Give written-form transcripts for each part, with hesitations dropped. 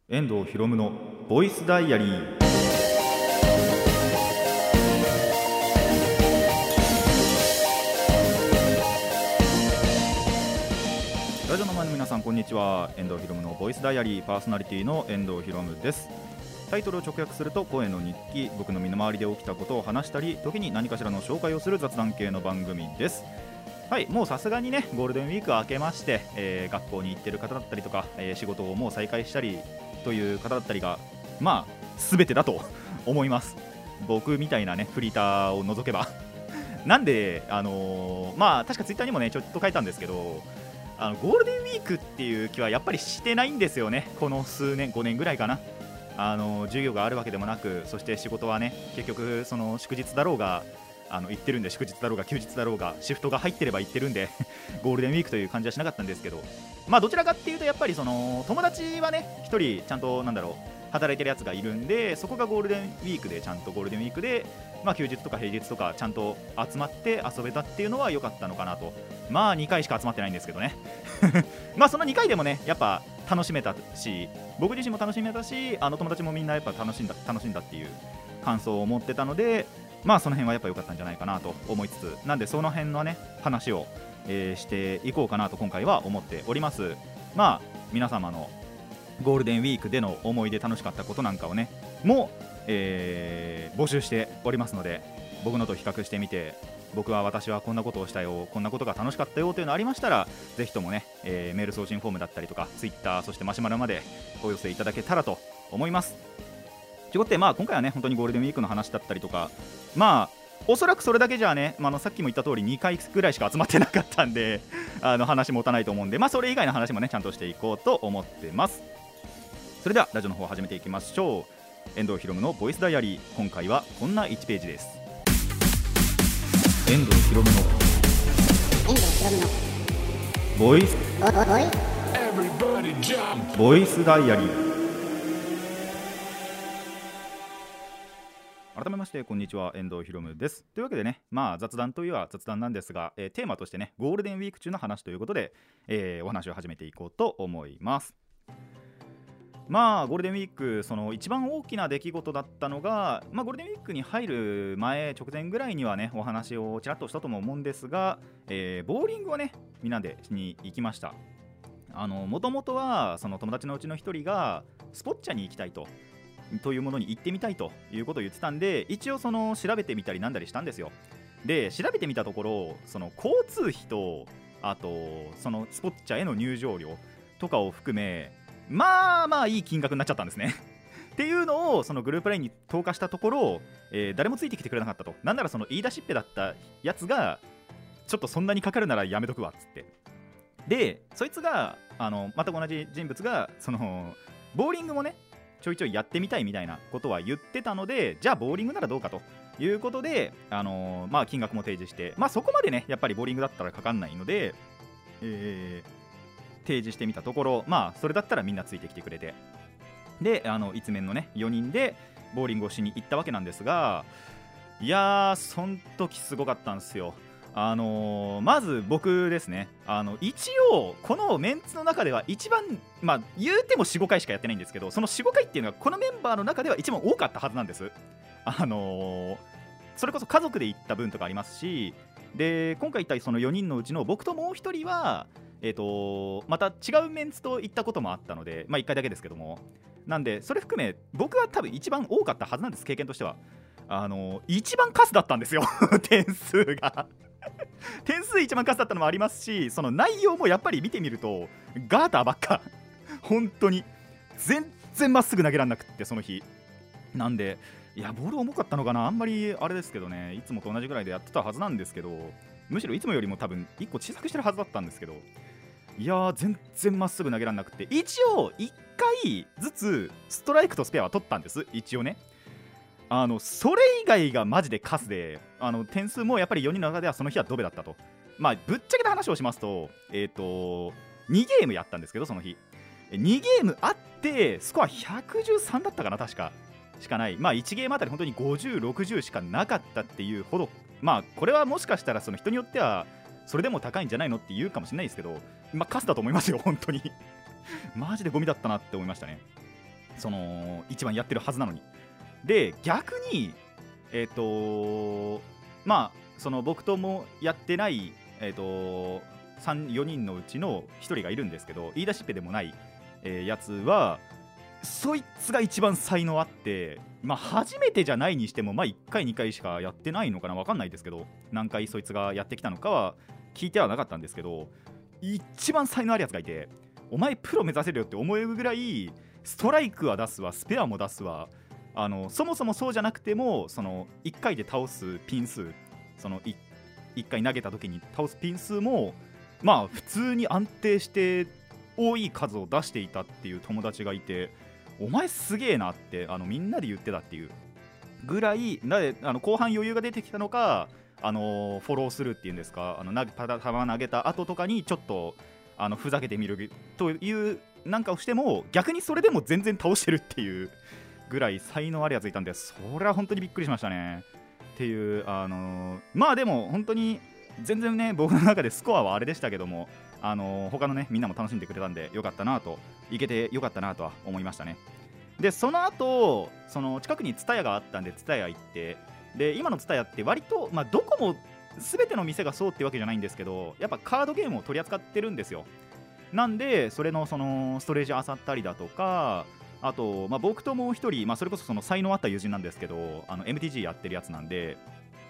遠藤ひろむのボイスダイアリー。ラジオの前の皆さんこんにちは。遠藤ひろむのボイスダイアリーパーソナリティの遠藤ひろむです。タイトルを直訳すると声の日記。僕の身の回りで起きたことを話したり、時に何かしらの紹介をする雑談系の番組です。はい、もうさすがにねゴールデンウィーク明けまして、学校に行ってる方だったりとか、仕事をもう再開したりという方だったりがまあ全てだと思います。僕みたいなねフリーターを除けばなんでまあ確かツイッターにもねちょっと書いたんですけど、ゴールデンウィークっていう気はやっぱりしてないんですよね。この数年5年ぐらいかな。授業があるわけでもなく、そして仕事はね結局その祝日だろうが行ってるんで、祝日だろうが休日だろうがシフトが入ってれば行ってるんでゴールデンウィークという感じはしなかったんですけど、まあどちらかっていうとやっぱりその友達はね一人ちゃんと働いてるやつがいるんで、そこがゴールデンウィークでちゃんとゴールデンウィークでまあ休日とか平日とかちゃんと集まって遊べたっていうのは良かったのかなと。まあ2回しか集まってないんですけどねまあその2回でもねやっぱ楽しめたし、僕自身も楽しめたし、友達もみんなやっぱ楽しんだっていう感想を持ってたので、まあその辺はやっぱ良かったんじゃないかなと思いつつ、なんでその辺のね話を、していこうかなと今回は思っております。まあ皆様のゴールデンウィークでの思い出、楽しかったことなんかをねも、募集しておりますので、僕のと比較してみて、私はこんなことをしたよ、こんなことが楽しかったよというのありましたら、ぜひともね、メール送信フォームだったりとかツイッター、そしてマシュマロまでお寄せいただけたらと思います。ということで、まあ今回はね本当にゴールデンウィークの話だったりとか、まあおそらくそれだけじゃね、さっきも言った通り2回ぐらいしか集まってなかったんで話持たないと思うんで、まあそれ以外の話もねちゃんとしていこうと思ってます。それではラジオの方を始めていきましょう。遠藤ひろむのボイスダイアリー、今回はこんな1ページです。遠藤ひろむのボイスダイアリー。改めましてこんにちは、遠藤ひろむです。というわけでね、まあ雑談といえば雑談なんですが、テーマとしてねゴールデンウィーク中の話ということで、お話を始めていこうと思います。まあゴールデンウィーク、その一番大きな出来事だったのが、まあ、ゴールデンウィークに入る前直前ぐらいにはねお話をちらっとしたとも思うんですが、ボーリングをねみんなでしに行きました。もともとはその友達のうちの一人がスポッチャに行きたいというものに行ってみたいということを言ってたんで、一応その調べてみたりなんだりしたんですよ。で調べてみたところ、その交通費とあとそのスポッチャへの入場料とかを含め、まあいい金額になっちゃったんですねっていうのをそのグループラインに投下したところ、誰もついてきてくれなかったと。なんならその言い出しっぺだったやつがちょっとそんなにかかるならやめとくわっつって、でそいつが全く同じ人物がそのボーリングもねちょいちょいやってみたいみたいなことは言ってたので、じゃあボーリングならどうかということで、まあ金額も提示して、まあそこまでねやっぱりボーリングだったらかかんないので、提示してみたところ、まあそれだったらみんなついてきてくれて、で一面のね4人でボーリングをしに行ったわけなんですが、いやーそん時すごかったんですよ。まず僕ですね、一応このメンツの中では一番、まあ言うても 4,5 回しかやってないんですけど、その 4,5 回っていうのがこのメンバーの中では一番多かったはずなんです。それこそ家族で行った分とかありますし、で今回行ったその4人のうちの僕ともう1人はまた違うメンツと行ったこともあったので、まあ1回だけですけども、なんでそれ含め僕は多分一番多かったはずなんです、経験としては。一番カスだったんですよ点数が点数一番カスだったのもありますし、その内容もやっぱり見てみるとガーターばっか本当に全然まっすぐ投げられなくって、その日なんで、いやボール重かったのかな、あんまりあれですけどね、いつもと同じぐらいでやってたはずなんですけど、むしろいつもよりも多分1個小さくしてるはずだったんですけど、いやー全然まっすぐ投げられなくて、一応1回ずつストライクとスペアは取ったんです、一応ね。それ以外がマジでカスで、点数もやっぱり4人の中ではその日はドベだったと。まあぶっちゃけた話をしますと、2ゲームやったんですけど、その日2ゲームあってスコア113だったかな確かしかない、まあ1ゲームあたり本当に50、60しかなかったっていうほど、まあこれはもしかしたらその人によってはそれでも高いんじゃないのって言うかもしれないですけど、まあカスだと思いますよ本当にマジでゴミだったなって思いましたね。 その一番やってるはずなのに。で逆にまあその僕ともやってない4人のうちの1人がいるんですけど、言い出しっぺでもない、やつはそいつが一番才能あって、まあ初めてじゃないにしても、まあ1回2回しかやってないのかな、分かんないですけど、何回そいつがやってきたのかは聞いてはなかったんですけど、一番才能あるやつがいて、お前プロ目指せるよって思うぐらいストライクは出すわ、スペアも出すわ、そもそもそうじゃなくてもその1回で倒すピン数、その 1回投げた時に倒すピン数もまあ普通に安定して多い数を出していたっていう友達がいて、お前すげえなってみんなで言ってたっていうぐらいで、後半余裕が出てきたのか、フォローするっていうんですか、球投げた後とかにちょっとふざけてみるというなんかをしても、逆にそれでも全然倒してるっていうぐらい才能あるやついたんで、それは本当にびっくりしましたねっていう。まあでも本当に全然ね、僕の中でスコアはあれでしたけども、他のねみんなも楽しんでくれたんでよかったなと、いけてよかったなとは思いましたね。でその後その近くにTSUTAYAがあったんでTSUTAYA行って、で今のTSUTAYAって割と、まあ、どこも全ての店がそうってわけじゃないんですけど、やっぱカードゲームを取り扱ってるんですよ。なんでそれのそのストレージ漁ったりだとか、あと、まあ、僕ともう一人、まあ、それこそその才能あった友人なんですけど、MTG やってるやつなんで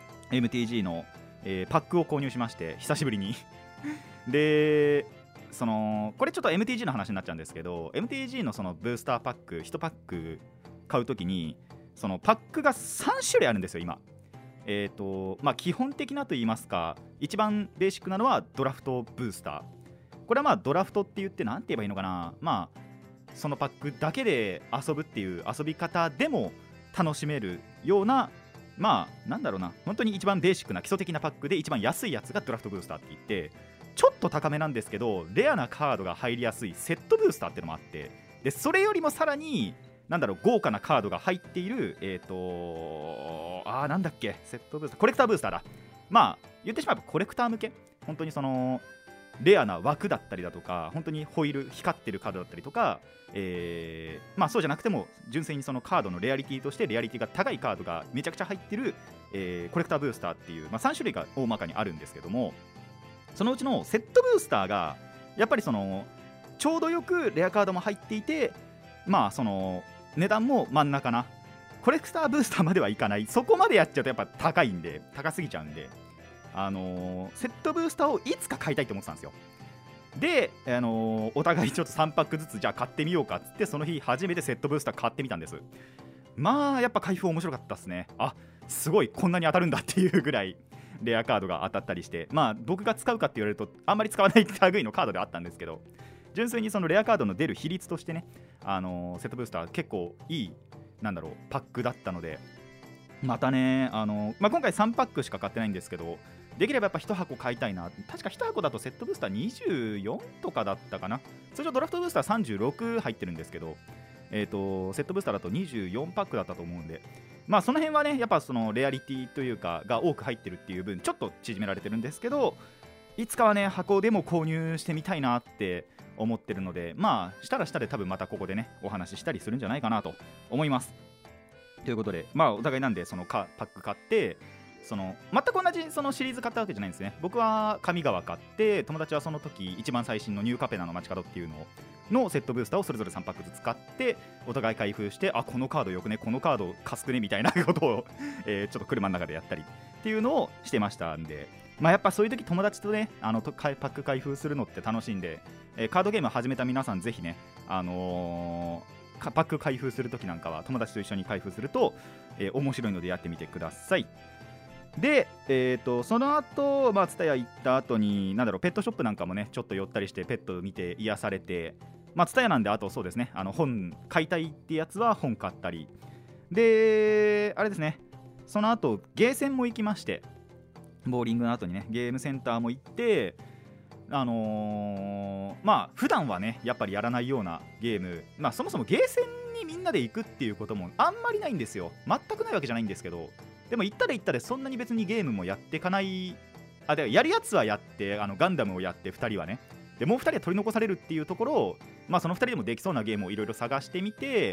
MTG の、パックを購入しまして、久しぶりにでそのこれちょっと MTG の話になっちゃうんですけど、 MTG のそのブースターパック1パック買うときにそのパックが3種類あるんですよ今。まあ基本的なと言いますか、一番ベーシックなのはドラフトブースター。これはまあドラフトって言ってなんて言えばいいのかな、まあそのパックだけで遊ぶっていう遊び方でも楽しめるような、まあなんだろうな、本当に一番ベーシックな基礎的なパックで一番安いやつがドラフトブースターって言って、ちょっと高めなんですけどレアなカードが入りやすいセットブースターっていうのもあって、でそれよりもさらになんだろう、豪華なカードが入っているなんだっけ、セットブースター、コレクターブースターだ。まあ言ってしまえばコレクター向け、本当にそのレアな枠だったりだとか、本当にホイール光ってるカードだったりとか、まあそうじゃなくても純粋にそのカードのレアリティとしてレアリティが高いカードがめちゃくちゃ入ってる、コレクターブースターっていう、まあ、3種類が大まかにあるんですけども、そのうちのセットブースターがやっぱりそのちょうどよくレアカードも入っていて、まあその値段も真ん中な、コレクターブースターまではいかない、そこまでやっちゃうとやっぱ高いんで、高すぎちゃうんで、セットブースターをいつか買いたいと思ってたんですよ。で、お互いちょっと3パックずつじゃあ買ってみようかっつって、その日初めてセットブースター買ってみたんです。まあやっぱ開封面白かったですね。あ、すごいこんなに当たるんだっていうぐらいレアカードが当たったりして、まあ僕が使うかって言われるとあんまり使わない類のカードではあったんですけど、純粋にそのレアカードの出る比率としてね、セットブースター結構いい、なんだろう、パックだったので、またね、まあ、今回3パックしか買ってないんですけど、できればやっぱ1箱買いたいな。確か1箱だとセットブースター24とかだったかな。通常ドラフトブースター36入ってるんですけど、セットブースターだと24パックだったと思うんで、まあその辺はね、やっぱそのレアリティというかが多く入ってるっていう分ちょっと縮められてるんですけど、いつかはね箱でも購入してみたいなって思ってるので、まあしたらしたで多分またここでねお話ししたりするんじゃないかなと思います。ということで、まあお互いなんでそのパック買って、その全く同じそのシリーズ買ったわけじゃないんですね。僕は上川買って、友達はその時一番最新のニューカペナの街角っていうのセットブースターをそれぞれ3パックずつ買って、お互い開封して、あ、このカードよくね、このカード貸すくねみたいなことを、ちょっと車の中でやったりっていうのをしてましたんで、まあやっぱそういう時友達とねパック開封するのって楽しいんで、カードゲーム始めた皆さんぜひね、パック開封するときなんかは友達と一緒に開封すると、面白いのでやってみてください。で、その後、まあTSUTAYA行った後になんだろう、ペットショップなんかもねちょっと寄ったりしてペット見て癒されて、まあTSUTAYAなんで、あとそうですね、本買いたいってやつは本買ったりで、あれですね、その後ゲーセンも行きまして、ボーリングの後にねゲームセンターも行って、まあ普段はねやっぱりやらないようなゲーム、まあそもそもゲーセンにみんなで行くっていうこともあんまりないんですよ。全くないわけじゃないんですけど、でも行ったら行ったでそんなに別にゲームもやっていかない。でやるやつはやって、ガンダムをやって2人はね、でもう2人は取り残されるっていうところを、まあその2人でもできそうなゲームをいろいろ探してみて、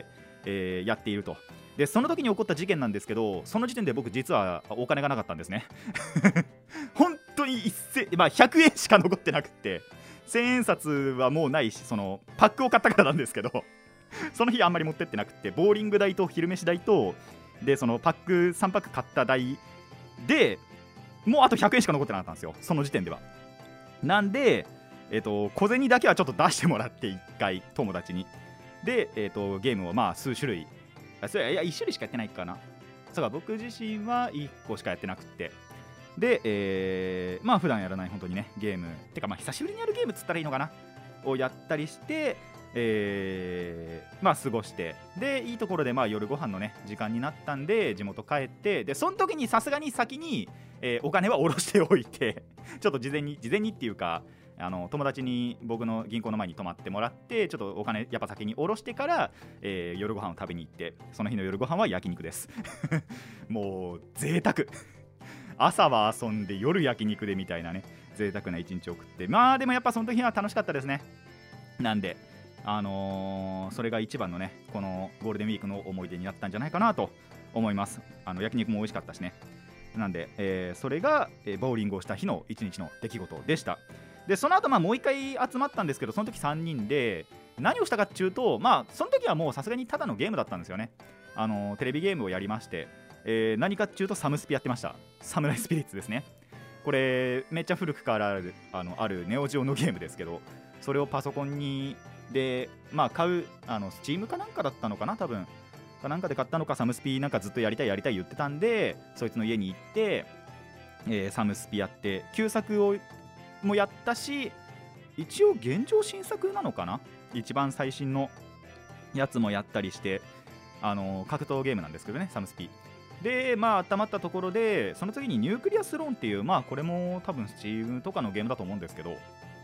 やっていると。でその時に起こった事件なんですけど、その時点で僕実はお金がなかったんですね本当に100円しか残ってなくって、1000円札はもうないし、そのパックを買ったからなんですけどその日あんまり持ってってなくて、ボーリング代と昼飯代とでそのパック3パック買った代でもうあと100円しか残ってなかったんですよ、その時点では。なんで小銭だけはちょっと出してもらって1回友達にで、ゲームをまあ数種類、それいや1種類しかやってないかな。そうか、僕自身は1個しかやってなくって、で、まあ普段やらない本当にねゲームてか、まあ久しぶりにやるゲームっつったらいいのかなをやったりして、まあ過ごして、でいいところでまあ夜ご飯のね時間になったんで地元帰って、でその時にさすがに先に、お金は下ろしておいてちょっと事前にっていうか、友達に僕の銀行の前に泊まってもらって、ちょっとお金やっぱ先に下ろしてから、夜ご飯を食べに行って、その日の夜ご飯は焼肉ですもう贅沢朝は遊んで夜焼肉でみたいなね、贅沢な一日を送って、まあでもやっぱその時は楽しかったですね。なんでそれが一番のねこのゴールデンウィークの思い出になったんじゃないかなと思います。焼肉も美味しかったしね。なんで、それが、ボウリングをした日の一日の出来事でした。でその後まあもう一回集まったんですけど、その時3人で何をしたかっていうと、まあその時はもうさすがにただのゲームだったんですよね。テレビゲームをやりまして、何かっていうとサムスピやってました。サムライスピリッツですね。これめっちゃ古くからあるネオジオのゲームですけど、それをパソコンにでまあ買うスチームかなんかだったのかな、多分かなんかで買ったのか、サムスピなんかずっとやりたい言ってたんで、そいつの家に行って、サムスピやって旧作をもやったし、一応現状新作なのかな、一番最新のやつもやったりして、格闘ゲームなんですけどね、サムスピで、まあ温まったところで、その次にニュークリアスローンっていう、まあこれも多分スチームとかのゲームだと思うんですけど、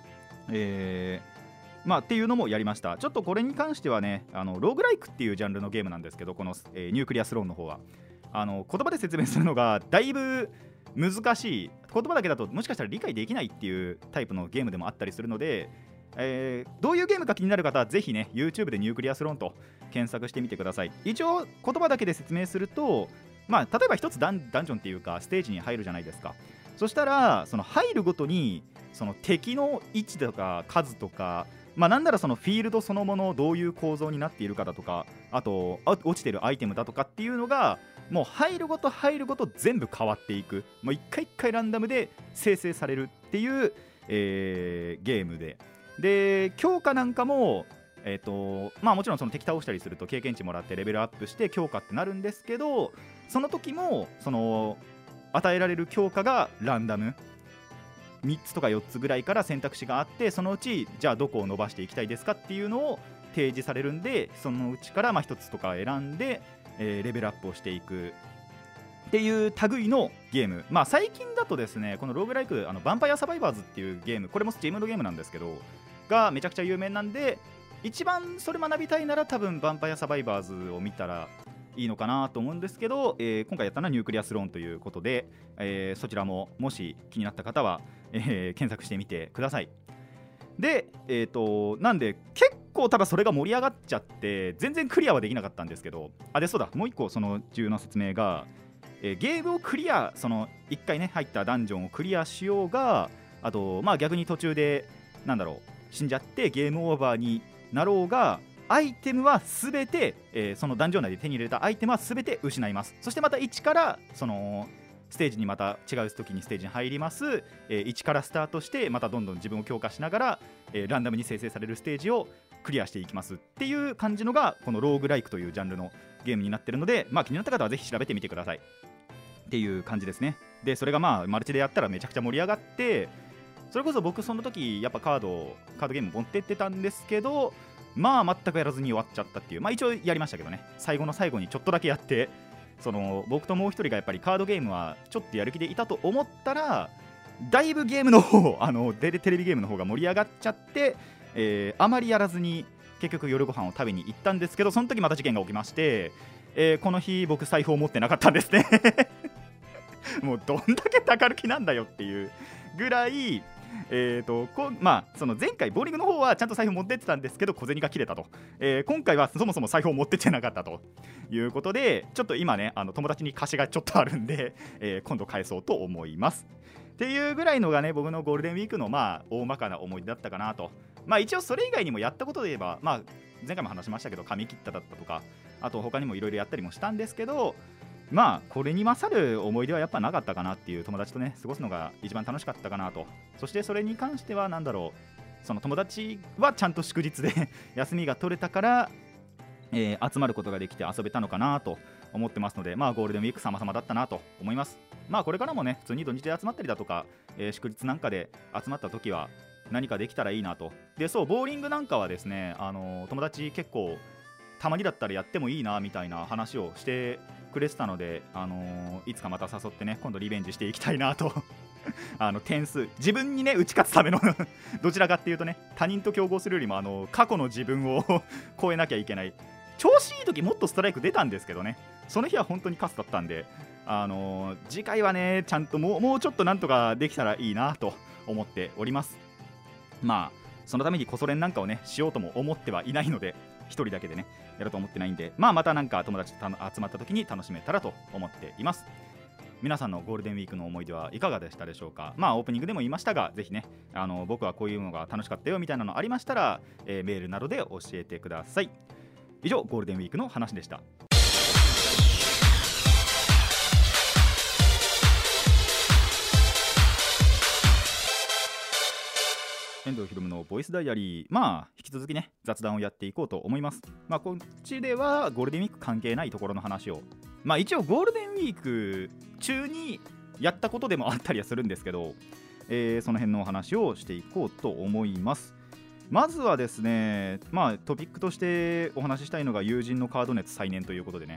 まあっていうのもやりました。ちょっとこれに関してはね、ローグライクっていうジャンルのゲームなんですけど、この、ニュークリアスローンの方は言葉で説明するのがだいぶ難しい、言葉だけだともしかしたら理解できないっていうタイプのゲームでもあったりするので、どういうゲームか気になる方はぜひね YouTube でニュークリアスローンと検索してみてください。一応言葉だけで説明すると、まあ例えば一つダンジョンっていうかステージに入るじゃないですか。そしたらその入るごとにその敵の位置とか数とか、まあなんならそのフィールドそのものどういう構造になっているかだとか、あと落ちてるアイテムだとかっていうのがもう入るごと全部変わっていく、もう一回一回ランダムで生成されるっていう、ゲームで強化なんかもまあもちろんその敵倒したりすると経験値もらってレベルアップして強化ってなるんですけど、その時もその与えられる強化がランダム3つとか4つぐらいから選択肢があって、そのうちじゃあどこを伸ばしていきたいですかっていうのを提示されるんで、そのうちからまあ1つとか選んで、レベルアップをしていくっていう類のゲーム。まあ最近だとですね、このローグライクヴァンパイアサバイバーズっていうゲーム、これも Steam のゲームなんですけどがめちゃくちゃ有名なんで、一番それ学びたいなら多分ヴァンパイアサバイバーズを見たらいいのかなと思うんですけど、今回やったのはニュークリアスローンということで、そちらももし気になった方は、検索してみてください。で、なんで結構ただそれが盛り上がっちゃって全然クリアはできなかったんですけど、でそうだ、もう一個その重要な説明が、ゲームをクリア、その1回ね入ったダンジョンをクリアしようが、あとまあ逆に途中でなんだろう死んじゃってゲームオーバーになろうが、アイテムはすべて、そのダンジョン内で手に入れたアイテムはすべて失います。そしてまた1からそのステージにまた違う時にステージに入ります、1からスタートしてまたどんどん自分を強化しながら、ランダムに生成されるステージをクリアしていきますっていう感じのがこのローグライクというジャンルのゲームになってるので、まあ気になった方はぜひ調べてみてくださいっていう感じですね。でそれがまあマルチでやったらめちゃくちゃ盛り上がって、それこそ僕その時やっぱカードゲーム持ってってたんですけど、まあ全くやらずに終わっちゃったっていう、まあ一応やりましたけどね、最後の最後にちょっとだけやって、その僕ともう一人がやっぱりカードゲームはちょっとやる気でいたと思ったら、だいぶゲームの方テレビゲームの方が盛り上がっちゃって、あまりやらずに結局夜ご飯を食べに行ったんですけど、その時また事件が起きまして、この日僕財布を持ってなかったんですねもうどんだけ宝気なんだよっていうぐらいその前回ボーリングの方はちゃんと財布持ってってたんですけど小銭が切れたと、今回はそもそも財布を持ってってなかったということで、ちょっと今ね友達に貸しがちょっとあるんで、今度返そうと思いますっていうぐらいのがね、僕のゴールデンウィークの大まかな思い出だったかなと。一応それ以外にもやったことで言えば、前回も話しましたけど髪切っただったとか、あと他にもいろいろやったりもしたんですけど、これに勝る思い出はやっぱなかったかなっていう、友達とね過ごすのが一番楽しかったかなと。そしてそれに関してはその友達はちゃんと祝日で休みが取れたから、集まることができて遊べたのかなと思ってますので、ゴールデンウィーク様々だったなと思います。これからもね普通に土日で集まったりだとか、祝日なんかで集まった時は何かできたらいいなと。でそうボーリングなんかはですね、友達結構たまにだったらやってもいいなみたいな話をしてくれてたので、いつかまた誘ってね今度リベンジしていきたいなと点数自分にね打ち勝つためのどちらかっていうとね、他人と競合するよりも過去の自分を超えなきゃいけない。調子いい時もっとストライク出たんですけどね、その日は本当にカスだったんで、次回はねちゃんともうちょっとなんとかできたらいいなと思っております。そのためにコソ練なんかをねしようとも思ってはいないので、一人だけでねやると思ってないんで、またなんか友達と集まった時に楽しめたらと思っています。皆さんのゴールデンウィークの思い出はいかがでしたでしょうか。オープニングでも言いましたが、ぜひね僕はこういうのが楽しかったよみたいなのありましたら、メールなどで教えてください。以上ゴールデンウィークの話でした。遠藤ひろむのボイスダイアリー、引き続きね雑談をやっていこうと思います。こっちではゴールデンウィーク関係ないところの話を、一応ゴールデンウィーク中にやったことでもあったりはするんですけど、その辺のお話をしていこうと思います。まずはですね、トピックとしてお話ししたいのが友人のカード熱再燃ということでね、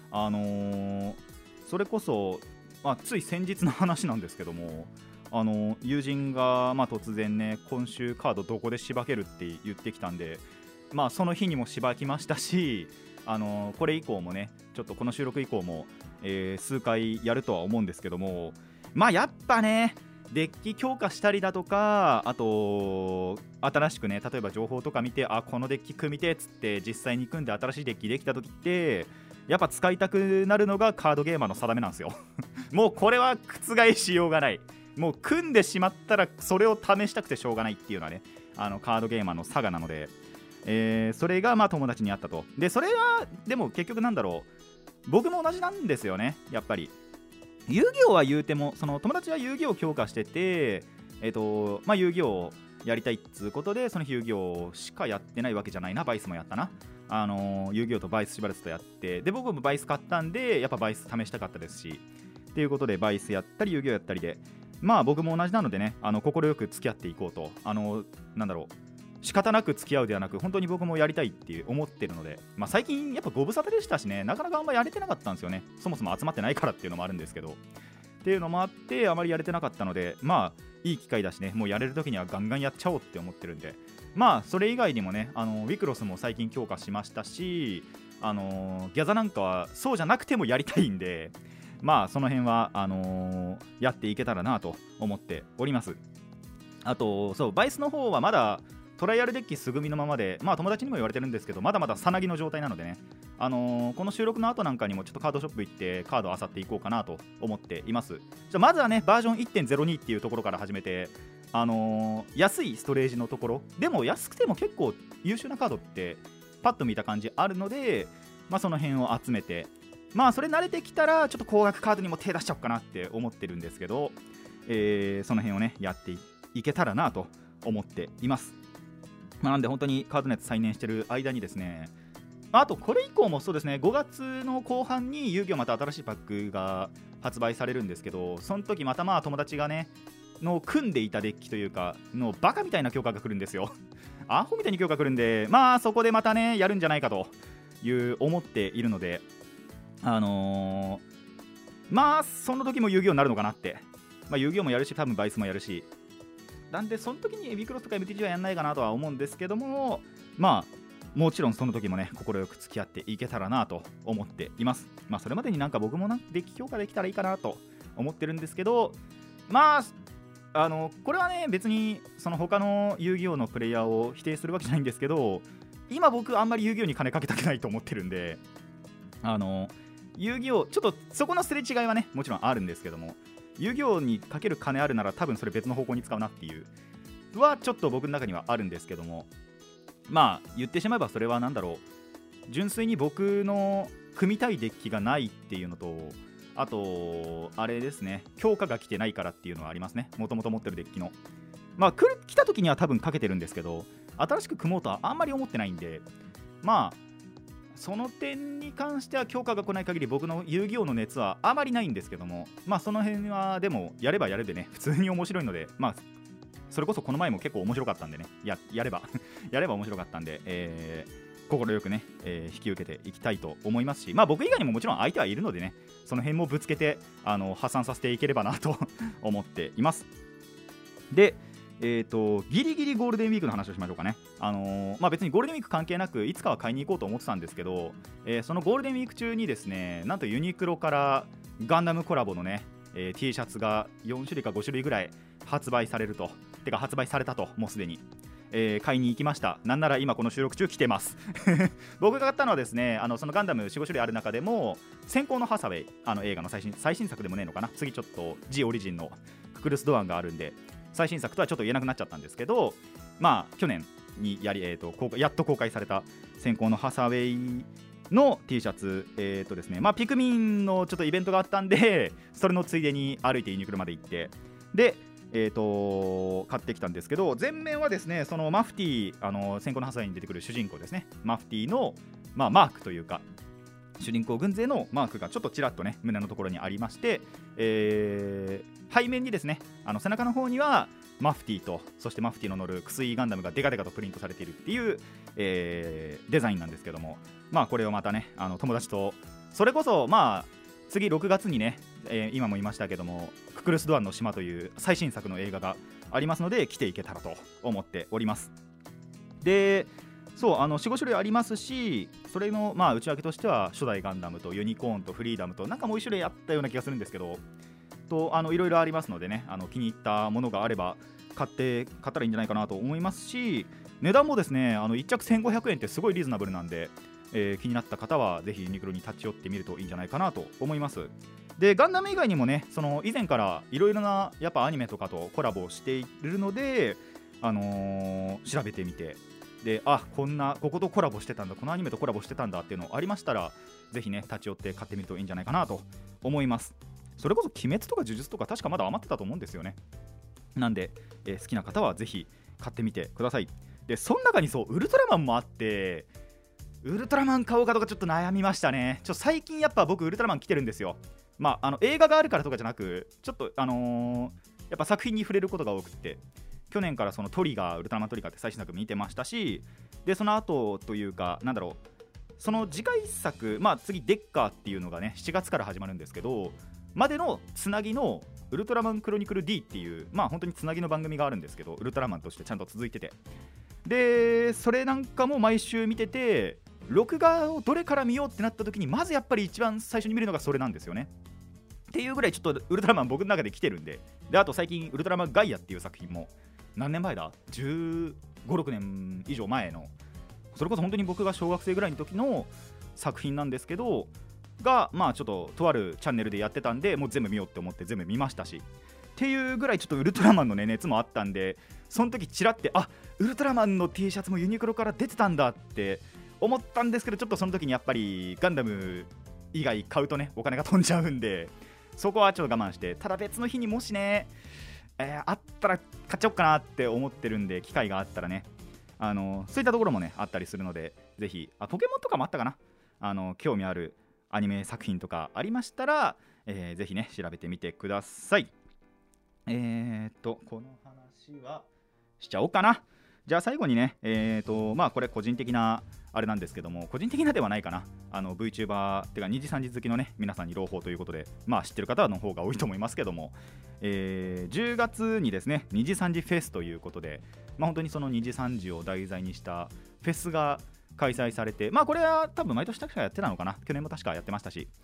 それこそ、つい先日の話なんですけども、友人が突然ね今週カードどこでしばけるって言ってきたんで、その日にもしばきましたし、これ以降もねちょっとこの収録以降も、数回やるとは思うんですけども、やっぱねデッキ強化したりだとか、あと新しくね例えば情報とか見てこのデッキ組みてっつって実際に組んで新しいデッキできた時ってやっぱ使いたくなるのがカードゲーマーの定めなんですよもうこれは覆しようがない。もう組んでしまったらそれを試したくてしょうがないっていうのはねカードゲーマーの差がなので、それが友達にあったと。でそれはでも結局僕も同じなんですよね。やっぱり遊戯王は言うてもその友達は遊戯王強化してて、遊戯王をやりたいっつうことでその日遊戯王しかやってないわけじゃないな。バイスもやったな。遊戯王とバイスしばらくとやって、で僕もバイス買ったんでやっぱバイス試したかったですしっていうことでバイスやったり遊戯王やったりで、僕も同じなのでね快く付き合っていこうと、仕方なく付き合うではなく本当に僕もやりたいって思ってるので、最近やっぱご無沙汰でしたしね、なかなかあんまやれてなかったんですよね。そもそも集まってないからっていうのもあるんですけど、っていうのもあってあまりやれてなかったので、いい機会だしね、もうやれる時にはガンガンやっちゃおうって思ってるんで、それ以外にもねウィクロスも最近強化しましたし、ギャザなんかはそうじゃなくてもやりたいんで、その辺はやっていけたらなと思っております。あとバイスの方はまだトライアルデッキ素組みのままで、友達にも言われてるんですけどまだまださなぎの状態なのでね、この収録の後なんかにもちょっとカードショップ行ってカードを漁っていこうかなと思っています。まずはねバージョン 1.02 っていうところから始めて、安いストレージのところでも安くても結構優秀なカードってパッと見た感じあるので、その辺を集めて、それ慣れてきたらちょっと高額カードにも手出しちゃおうかなって思ってるんですけど、その辺をねやっていけたらなと思っています。なんで本当にカード熱再燃してる間にですね、あとこれ以降もそうですね、5月の後半に遊戯王また新しいパックが発売されるんですけど、その時また友達がね組んでいたデッキというかのバカみたいな強化が来るんですよアホみたいに強化来るんで、そこでまたねやるんじゃないかという思っているので、その時も遊戯王になるのかなって、遊戯王もやるし多分バイスもやるし、なんでその時にエビクロスとか MTG はやんないかなとは思うんですけども、もちろんその時もね快く付き合っていけたらなと思っています。それまでに僕もデッキ強化できたらいいかなと思ってるんですけど、 これはね別にその他の遊戯王のプレイヤーを否定するわけじゃないんですけど、今僕あんまり遊戯王に金かけたくないと思ってるんで、遊戯王ちょっとそこのすれ違いはねもちろんあるんですけども、遊戯王にかける金あるなら多分それ別の方向に使うなっていうはちょっと僕の中にはあるんですけども、まあ言ってしまえばそれはなんだろう、純粋に僕の組みたいデッキがないっていうのと、あとあれですね、強化が来てないからっていうのはありますね。もともと持ってるデッキのまあ来た時には多分かけてるんですけど、新しく組もうとはあんまり思ってないんで、まあその点に関しては強化が来ない限り僕の遊戯王の熱はあまりないんですけども、まあその辺はでもやればやるでね普通に面白いので、まあそれこそこの前も結構面白かったんでね、やればやれば面白かったんで、心よくね、引き受けていきたいと思いますし、まあ僕以外にももちろん相手はいるのでね、その辺もぶつけて破産させていければなと思っています。でギリギリゴールデンウィークの話をしましょうかね。まあ、別にゴールデンウィーク関係なくいつかは買いに行こうと思ってたんですけど、そのゴールデンウィーク中にですね、なんとユニクロからガンダムコラボのね、T シャツが4種類か5種類ぐらい発売されると、てか発売されたと、もうすでに、買いに行きました。なんなら今この収録中来てます僕が買ったのはですね、そのガンダム 4,5 種類ある中でも先行のハサウェイ、映画の最新作でもねえのかな、次ちょっと G オリジンのククルス・ドアンがあるんで最新作とはちょっと言えなくなっちゃったんですけど、まあ去年にやっと公開された先行のハサウェイの T シャツ、ですね、まあピクミンのちょっとイベントがあったんで、それのついでに歩いてユニクロまで行って、で買ってきたんですけど、前面はですね、そのマフティー、先行のハサウェイに出てくる主人公ですね、マフティの、まあ、マークというか主人公軍勢のマークがちょっとちらっとね胸のところにありまして、背面にですね、背中の方にはマフティと、そしてマフティの乗るクスイガンダムがデカデカとプリントされているっていう、デザインなんですけども、まあこれをまたね友達と、それこそまあ次6月にね、今も言いましたけどもククルス・ドアンの島という最新作の映画がありますので来ていけたらと思っております。でそう4、5種類ありますし、それのまあ内訳としては初代ガンダムとユニコーンとフリーダムとなんかもう1種類あったような気がするんですけど、といろいろありますのでね、気に入ったものがあれば買ったらいいんじゃないかなと思いますし、値段もですね1着1500円ってすごいリーズナブルなんで、気になった方はぜひユニクロに立ち寄ってみるといいんじゃないかなと思います。でガンダム以外にもね、その以前からいろいろなやっぱアニメとかとコラボしているので、調べてみて、でこことコラボしてたんだ、このアニメとコラボしてたんだっていうのありましたら、ぜひね立ち寄って買ってみるといいんじゃないかなと思います。それこそ鬼滅とか呪術とか確かまだ余ってたと思うんですよね。なんで、好きな方はぜひ買ってみてください。でその中にウルトラマンもあって、ウルトラマン買おうかどうかちょっと悩みましたね。最近やっぱ僕ウルトラマン来てるんですよ。まあ映画があるからとかじゃなく、ちょっとやっぱ作品に触れることが多くって、去年からそのウルトラマントリガーって最新作見てましたし、でその後というかなんだろう、その次回作、まあ次デッカーっていうのがね7月から始まるんですけど、までのつなぎのウルトラマンクロニクル D っていう、まあ本当につなぎの番組があるんですけど、ウルトラマンとしてちゃんと続いてて、でそれなんかも毎週見てて、録画をどれから見ようってなった時にまずやっぱり一番最初に見るのがそれなんですよね。っていうぐらいちょっとウルトラマン僕の中で来てるんで、あと最近ウルトラマンガイアっていう作品も何年前だ、15、6年以上前の、それこそ本当に僕が小学生ぐらいの時の作品なんですけどが、まあちょっとあるチャンネルでやってたんで、もう全部見ようって思って全部見ましたしっていうぐらいちょっとウルトラマンのね熱もあったんで、その時チラってウルトラマンの T シャツもユニクロから出てたんだって思ったんですけど、ちょっとその時にやっぱりガンダム以外買うとねお金が飛んじゃうんで、そこはちょっと我慢して、ただ別の日にもしね、あったら買っちゃおうかなって思ってるんで、機会があったらね、そういったところもねあったりするので、ぜひポケモンとかもあったかな、興味あるアニメ作品とかありましたら、ぜひね調べてみてください。この話はしちゃおうかな。じゃあ最後にね、まあこれ個人的なあれなんですけども、個人的なではないかな、VTuber ってか2次3次好きのね皆さんに朗報ということで、まあ知ってる方の方が多いと思いますけども、10月にですね2次3次フェスということで、まあ本当にその2次3次を題材にしたフェスが開催されて、まあこれは多分毎年確かやってたのかな、去年も確かやってましたし、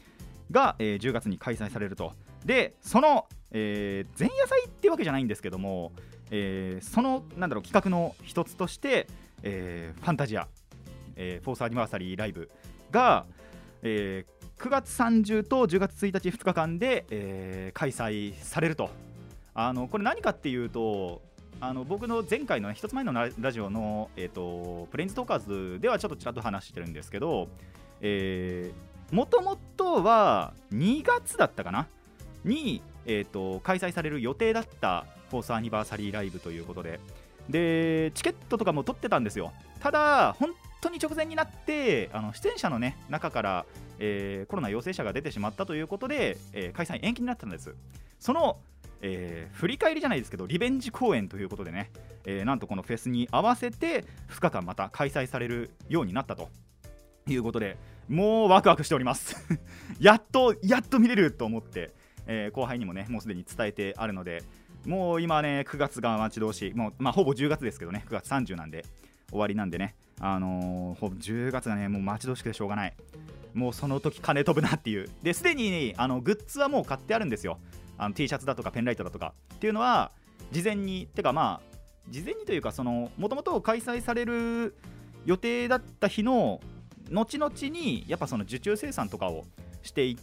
が、10月に開催されると。でその、前夜祭ってわけじゃないんですけども、その企画の一つとして、ファンタジア、フォースアニバーサリーライブが、9月30と10月1日2日間で、開催されると。これ何かっていうと、僕の前回の、一つ前のラジオの、プレインズトーカーズではちょっとちらっと話してるんですけど、もともとは2月だったかなに、開催される予定だったフォースアニバーサリーライブということで、チケットとかも取ってたんですよ。ただ本当に直前になって出演者の、中から、コロナ陽性者が出てしまったということで、開催延期になったんです。その、振り返りじゃないですけどリベンジ公演ということでね、なんとこのフェスに合わせて2日間また開催されるようになったということで、もうワクワクしておりますやっと見れると思って、後輩にもねもうすでに伝えてあるので、もう今ね9月が待ち遠しい、もう、ほぼ10月ですけどね、9月30なんで終わりなんでね、ほぼ10月がねもう待ち遠しくてしょうがない。もうその時金飛ぶなっていう。ですでにグッズはもう買ってあるんですよ。T シャツだとかペンライトだとかっていうのは事前にというか、もともと開催される予定だった日の後々にやっぱその受注生産とかをしていって、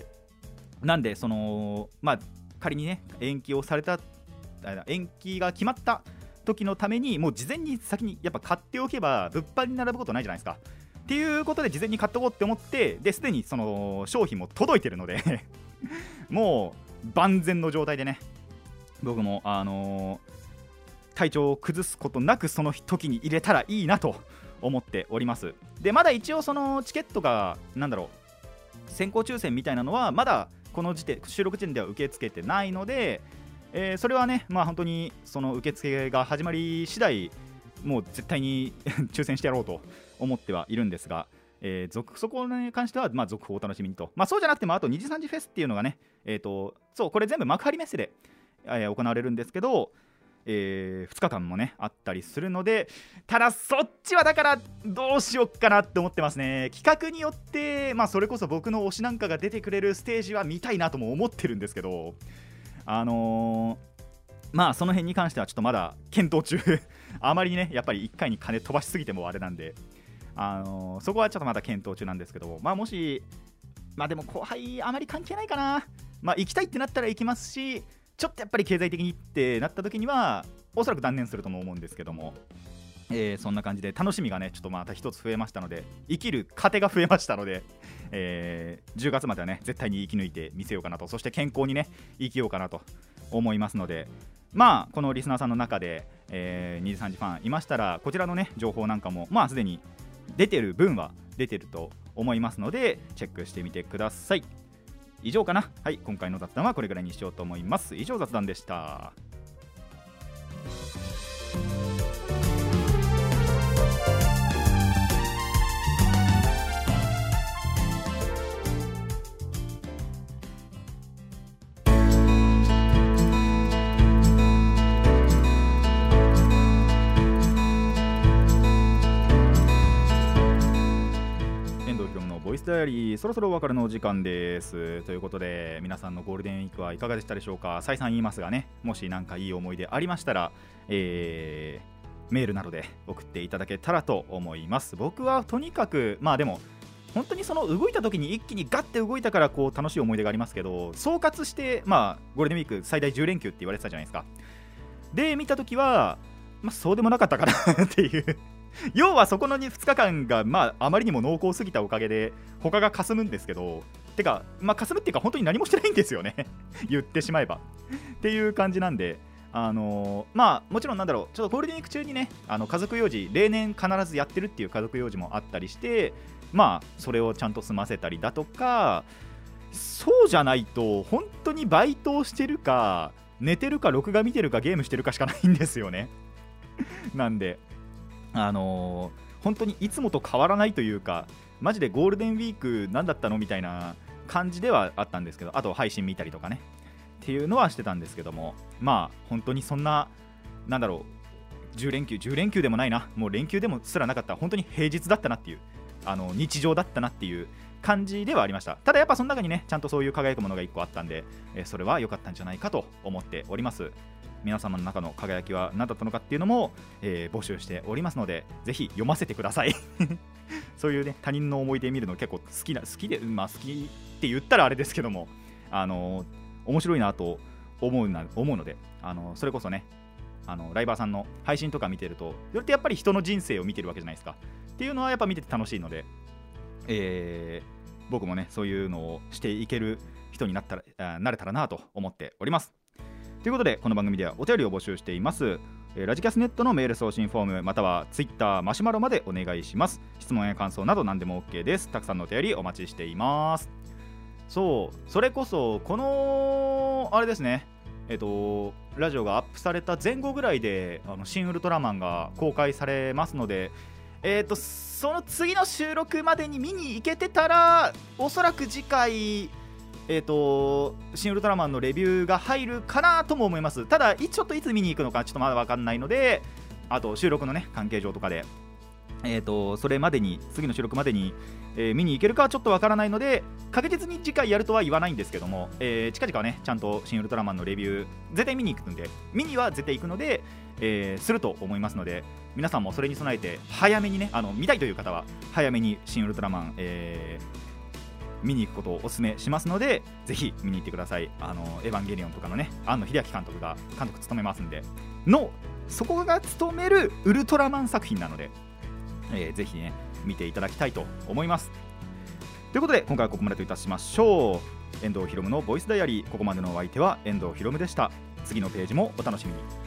なんで仮にね延期が決まった時のためにもう事前に先にやっぱ買っておけば物販に並ぶことないじゃないですかっていうことで、事前に買っておこうって思って、ですでにその商品も届いてるのでもう万全の状態でね、僕も体調を崩すことなくその時に入れたらいいなと思っております。でまだ一応そのチケットが先行抽選みたいなのはまだこの収録時点では受け付けてないので、それはね本当にその受付が始まり次第もう絶対に抽選してやろうと思ってはいるんですが、そこに関しては続報をお楽しみにと。そうじゃなくてもあと2時3時フェスっていうのがね、そうこれ全部幕張メッセで、行われるんですけど、2日間もねあったりするので、ただそっちはだからどうしよっかなって思ってますね。企画によってそれこそ僕の推しなんかが出てくれるステージは見たいなとも思ってるんですけど、その辺に関してはちょっとまだ検討中あまりにねやっぱり1回に金飛ばしすぎてもあれなんで、そこはちょっとまだ検討中なんですけど、もしでも後輩あまり関係ないかな。行きたいってなったら行きますし、ちょっとやっぱり経済的にってなった時にはおそらく断念するとも思うんですけども、そんな感じで楽しみがねちょっとまた一つ増えましたので、生きる糧が増えましたので、10月まではね絶対に生き抜いてみせようかなと、そして健康にね生きようかなと思いますので、このリスナーさんの中で、2時3時ファンいましたら、こちらのね情報なんかもすでに出てる分は出てると思いますのでチェックしてみてください。以上かな。はい、今回の雑談はこれぐらいにしようと思います。以上雑談でした。ボイスダイアリー、そろそろお別れのお時間です。ということで皆さんのゴールデンウィークはいかがでしたでしょうか。再三言いますがね、もし何かいい思い出ありましたら、メールなどで送っていただけたらと思います。僕はとにかくでも本当にその動いた時に一気にガッて動いたから楽しい思い出がありますけど、総括してゴールデンウィーク最大10連休って言われてたじゃないですか。で見た時はそうでもなかったかなっていう要はそこの2日間があまりにも濃厚すぎたおかげで他が霞むんですけど、霞むっていうか本当に何もしてないんですよね言ってしまえばっていう感じなんで、もちろんちょっとゴールデンウィーク中にね家族用事例年必ずやってるっていう家族用事もあったりして、それをちゃんと済ませたりだとか、そうじゃないと本当にバイトをしてるか寝てるか録画見てるかゲームしてるかしかないんですよねなんで本当にいつもと変わらないというか、マジでゴールデンウィーク何だったのみたいな感じではあったんですけど、あと配信見たりとかねっていうのはしてたんですけども、本当にそんな10連休でもないな、もう連休でもすらなかった、本当に平日だったなっていう日常だったなっていう感じではありました。ただやっぱその中にねちゃんとそういう輝くものが1個あったんで、それは良かったんじゃないかと思っております。皆様の中の輝きは何だったのかっていうのも、募集しておりますので、ぜひ読ませてくださいそういうね他人の思い出見るの結構好きで、好きって言ったらあれですけども、面白いなと思うので、それこそねライバーさんの配信とか見てると、それってやっぱり人の人生を見てるわけじゃないですかっていうのはやっぱ見てて楽しいので、僕もねそういうのをしていける人になれたらなと思っております。ということでこの番組ではお便りを募集しています。ラジキャスネットのメール送信フォームまたはツイッターマシュマロまでお願いします。質問や感想など何でも OK です。たくさんのお便りお待ちしています。それこそこのあれですね、ラジオがアップされた前後ぐらいで新ウルトラマンが公開されますので、その次の収録までに見に行けてたらおそらく次回新ウルトラマンのレビューが入るかなとも思います。ただちょっといつ見に行くのかちょっとまだ分かんないので、あと収録のね関係上とかでそれまでに次の収録までに、見に行けるかはちょっとわからないので確実に次回やるとは言わないんですけども、近々はねちゃんと新ウルトラマンのレビュー絶対見に行くんで、見には絶対行くので、すると思いますので、皆さんもそれに備えて早めにね見たいという方は早めに新ウルトラマン、見に行くことをお勧めしますので、ぜひ見に行ってください。エヴァンゲリオンとかのね庵野秀明監督が監督務めますんでそこが務めるウルトラマン作品なので、ぜひね見ていただきたいと思います。ということで今回はここまでといたしましょう。遠藤ひろむのボイスダイアリー、ここまでのお相手は遠藤ひろむでした。次のページもお楽しみに。